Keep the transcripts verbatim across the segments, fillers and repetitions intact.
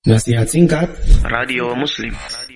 Nasihat singkat Radio Muslim.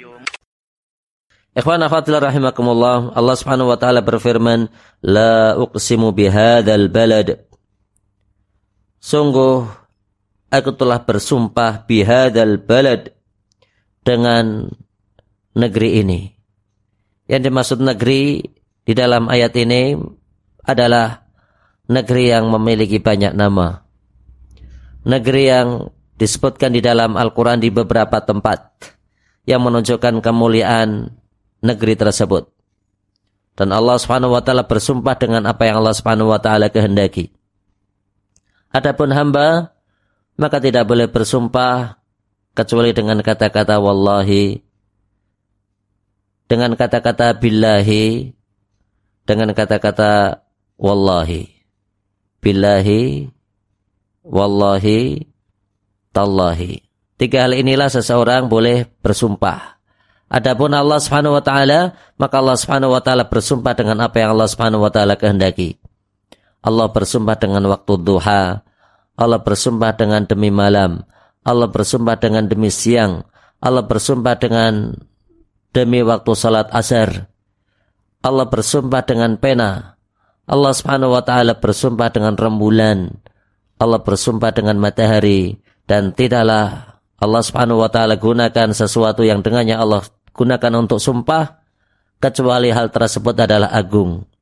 Ikhwan akhwatillah rahimakumullah, Allah Subhanahu wa taala berfirman, "La uqsimu bihadzal balad." Sungguh aku telah bersumpah bihadzal balad, dengan negeri ini. Yang dimaksud negeri di dalam ayat ini adalah negeri yang memiliki banyak nama. Negeri yang disebutkan di dalam Al-Quran di beberapa tempat yang menunjukkan kemuliaan negeri tersebut. Dan Allah Subhanahu wa taala bersumpah dengan apa yang Allah Subhanahu wa taala kehendaki. Adapun hamba, maka tidak boleh bersumpah kecuali dengan kata-kata wallahi, dengan kata-kata billahi, dengan kata-kata wallahi, billahi, wallahi, tallahi. Tiga hal inilah seseorang boleh bersumpah. Adapun Allah Subhanahu wa taala, maka Allah Subhanahu wa taala bersumpah dengan apa yang Allah Subhanahu wa taala kehendaki. Allah bersumpah dengan waktu duha, Allah bersumpah dengan demi malam, Allah bersumpah dengan demi siang, Allah bersumpah dengan demi waktu salat asar, Allah bersumpah dengan pena, Allah Subhanahu wa taala bersumpah dengan rembulan, Allah bersumpah dengan matahari, dan tidaklah Allah Subhanahu wa taala gunakan sesuatu yang dengannya Allah gunakan untuk sumpah kecuali hal tersebut adalah agung.